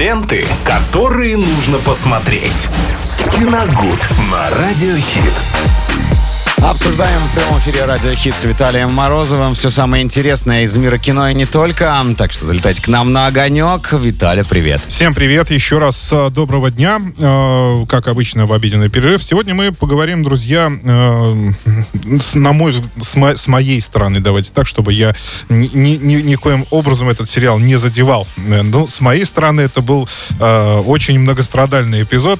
Ленты, которые нужно посмотреть. Киногуд на Радиохит. Обсуждаем в прямом эфире Радио Хит с Виталием Морозовым все самое интересное из мира кино и не только. Так что залетайте к нам на огонек. Виталя, привет. Всем привет. Еще раз доброго дня. Как обычно, в обеденный перерыв. Сегодня мы поговорим, друзья, с моей стороны, давайте так, чтобы я никоим образом этот сериал не задевал. Но с моей стороны это был очень многострадальный эпизод.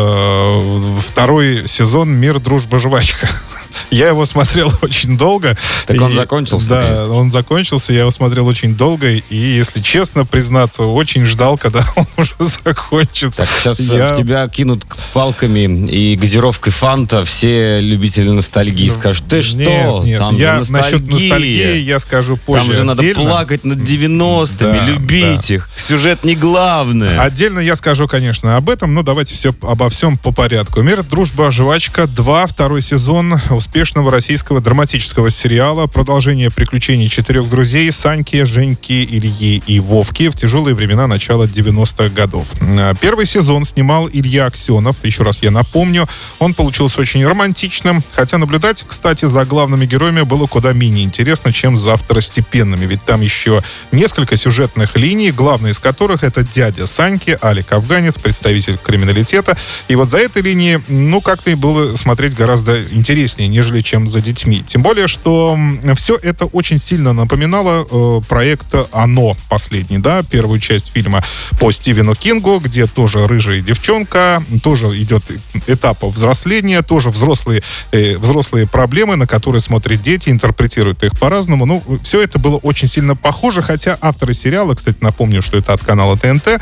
Второй сезон «Мир, дружба, жвачка». Я его смотрел очень долго. Так он закончился? Да, он закончился, я его смотрел очень долго, и, если честно признаться, очень ждал, когда он уже закончится. Так, сейчас в тебя кинут палками и газировкой Фанта все любители ностальгии. Скажут, ты что? Нет, там я насчет ностальгии я скажу позже. Там же надо плакать над 90-ми, любить их. Сюжет не главное. Отдельно я скажу, конечно, об этом, но давайте обо всем по порядку. «Мир, дружба, жвачка 2», второй сезон успешного российского драматического сериала, продолжение приключений 4 друзей: Саньки, Женьки, Ильи и Вовки в тяжелые времена начала 90-х годов. Первый сезон снимал Илья Аксенов, еще раз я напомню. Он получился очень романтичным, хотя наблюдать, кстати, за главными героями было куда менее интересно, чем за второстепенными, ведь там еще несколько сюжетных линий, главная из которых это дядя Саньки, Алик Афганец, представитель криминалитета. И вот за этой линией, как-то и было смотреть гораздо интереснее, нежели чем за детьми. Тем более, что все это очень сильно напоминало проект «Оно» последний, да, первую часть фильма по Стивену Кингу, где тоже рыжая девчонка, тоже идет этап взросления, тоже взрослые проблемы, на которые смотрят дети, интерпретируют их по-разному. Все это было очень сильно похоже, хотя авторы сериала, кстати, напомню, что это от канала ТНТ,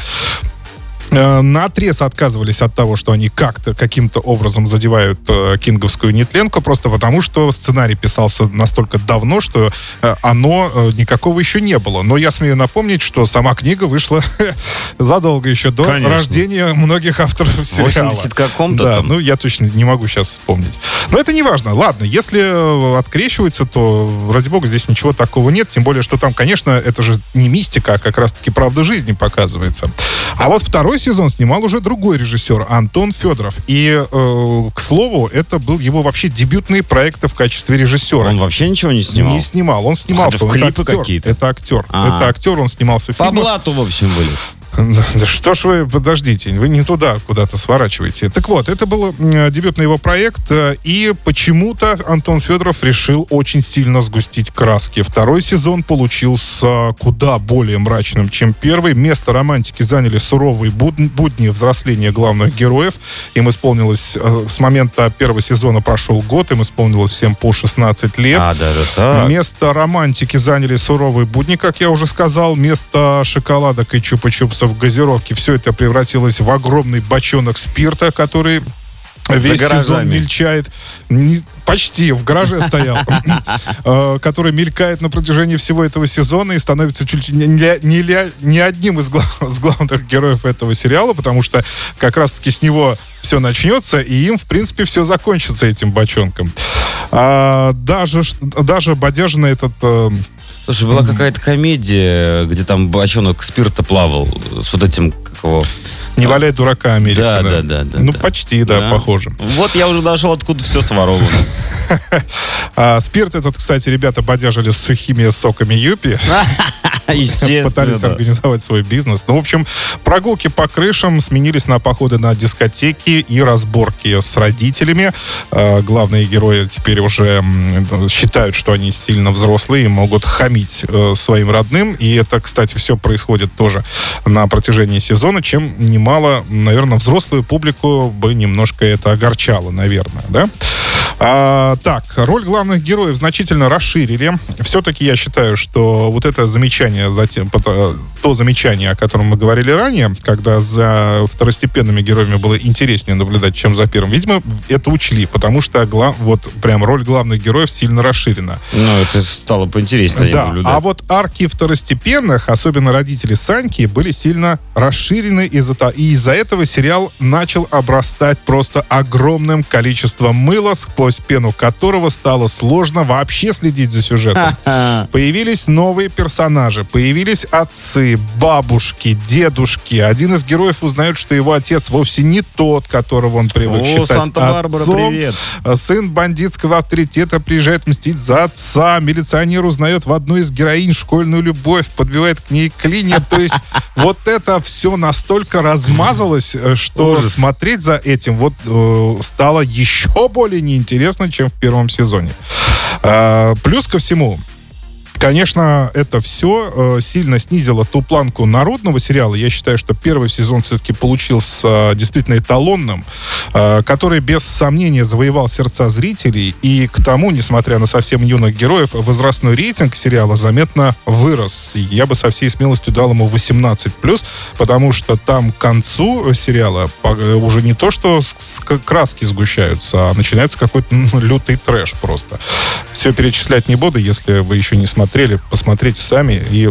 наотрез отказывались от того, что они каким-то образом задевают кинговскую нетленку, просто потому, что сценарий писался настолько давно, что никакого еще не было. Но я смею напомнить, что сама книга вышла задолго еще до рождения многих авторов сериала. 80 каком-то да, там? Я точно не могу сейчас вспомнить. Но это не важно. Ладно, если открещивается, то, ради бога, здесь ничего такого нет. Тем более, что там, конечно, это же не мистика, а как раз-таки правда жизни показывается. А вот второй сезон снимал уже другой режиссер, Антон Федоров. И, к слову, это был его вообще дебютный проект в качестве режиссера. Он вообще ничего не снимал? Не снимал. Он снимался. Хотя в клипы какие-то? Это актер. Это актер, он снимался в фильмах. По блату, в общем, были. Да что ж вы, подождите, вы не туда куда-то сворачиваете. Так вот, это был дебютный его проект, и почему-то Антон Федоров решил очень сильно сгустить краски. Второй сезон получился куда более мрачным, чем первый. Место романтики заняли суровые будни взросления главных героев. Им исполнилось, с момента первого сезона прошел год, им исполнилось всем по 16 лет. Даже так. Место романтики заняли суровые будни, как я уже сказал. Место шоколадок и чупа-чупсов в газировке, все это превратилось в огромный бочонок спирта, который весь сезон мельчает. Почти в гараже стоял, который мелькает на протяжении всего этого сезона и становится чуть ли не одним из главных героев этого сериала, потому что как раз-таки с него все начнется, и им, в принципе, все закончится этим бочонком. Даже бодяжный этот... Слушай, была какая-то комедия, где там бочонок спирта плавал с вот этим, как его... «Не валяй дурака, Америка». Да. Почти, похоже. Вот я уже дошел, откуда все своровано. Спирт этот, кстати, ребята бодяжили с сухими соками Юпи. Естественно. Пытались организовать свой бизнес. В общем, прогулки по крышам сменились на походы на дискотеки и разборки с родителями. Главные герои теперь уже считают, что они сильно взрослые и могут хамить своим родным. И это, кстати, все происходит тоже на протяжении сезона, чем немало, наверное, взрослую публику бы немножко это огорчало, наверное, да? Так, роль главных героев значительно расширили. Все-таки я считаю, что вот это замечание, то замечание, о котором мы говорили ранее, когда за второстепенными героями было интереснее наблюдать, чем за первым, видимо, это учли, потому что вот прям роль главных героев сильно расширена. Это стало поинтереснее наблюдать. А вот арки второстепенных, особенно родители Саньки, были сильно расширены, и из-за этого сериал начал обрастать просто огромным количеством мыла сквозь сквозь пену которого стало сложно вообще следить за сюжетом. Появились новые персонажи, появились отцы, бабушки, дедушки. Один из героев узнает, что его отец вовсе не тот, которого он привык считать Санта-Барбара, отцом. привет. Сын бандитского авторитета приезжает мстить за отца. Милиционер узнает в одной из героинь школьную любовь, подбивает к ней клинья. То есть вот это все настолько размазалось, что Ужас. смотреть за этим стало еще более неинтересно, чем в первом сезоне. Плюс ко всему, конечно, это все сильно снизило ту планку народного сериала. Я считаю, что первый сезон все-таки получился действительно эталонным, который без сомнения завоевал сердца зрителей. И к тому, несмотря на совсем юных героев, возрастной рейтинг сериала заметно вырос. Я бы со всей смелостью дал ему 18+, потому что там к концу сериала уже не то, что краски сгущаются, а начинается какой-то лютый трэш просто. Все перечислять не буду, если вы еще не смотрели, посмотрите сами и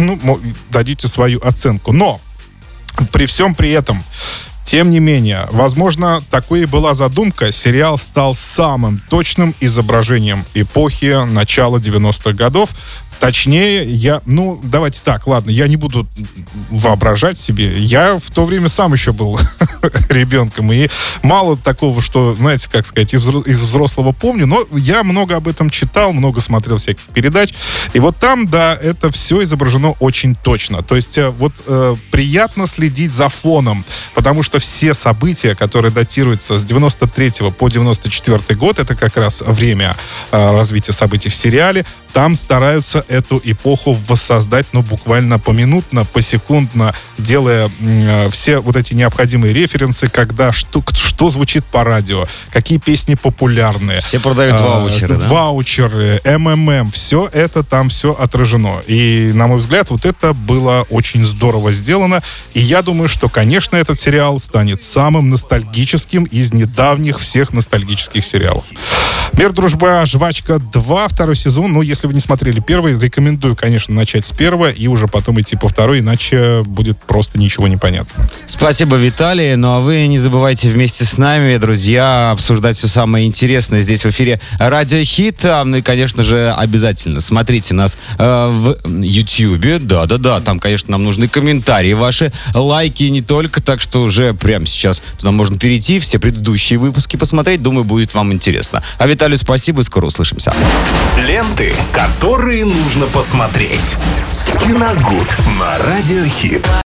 дадите свою оценку. Но при всем при этом, тем не менее, возможно, такой и была задумка. Сериал стал самым точным изображением эпохи начала 90-х годов. Точнее, давайте так, ладно, я не буду воображать себе. Я в то время сам еще был ребенком, и мало такого, что, знаете, как сказать, из взрослого помню, но я много об этом читал, много смотрел всяких передач, и вот там, да, это все изображено очень точно. То есть приятно следить за фоном, потому что все события, которые датируются с 93 по 94 год, это как раз время развития событий в сериале, там стараются эту эпоху воссоздать, буквально поминутно, посекундно, делая все вот эти необходимые референсы, когда что звучит по радио, какие песни популярны. Все продают ваучеры, да? Ваучеры, МММ, все это там все отражено. И, на мой взгляд, вот это было очень здорово сделано. И я думаю, что, конечно, этот сериал станет самым ностальгическим из недавних всех ностальгических сериалов. «Мир, дружба, жвачка 2», второй сезон. Если вы не смотрели первый, рекомендую, конечно, начать с первого и уже потом идти по второй, иначе будет просто ничего не понятно. Спасибо, Виталий. Ну а вы не забывайте вместе с нами, друзья, обсуждать все самое интересное здесь в эфире Радио Хит. Ну и, конечно же, обязательно смотрите нас в Ютьюбе. Да, там, конечно, нам нужны комментарии ваши, лайки не только, так что уже прямо сейчас туда можно перейти, все предыдущие выпуски посмотреть. Думаю, будет вам интересно. А Виталию спасибо и скоро услышимся. Ленты, которые нужно посмотреть. Киногуд на Радио Хит.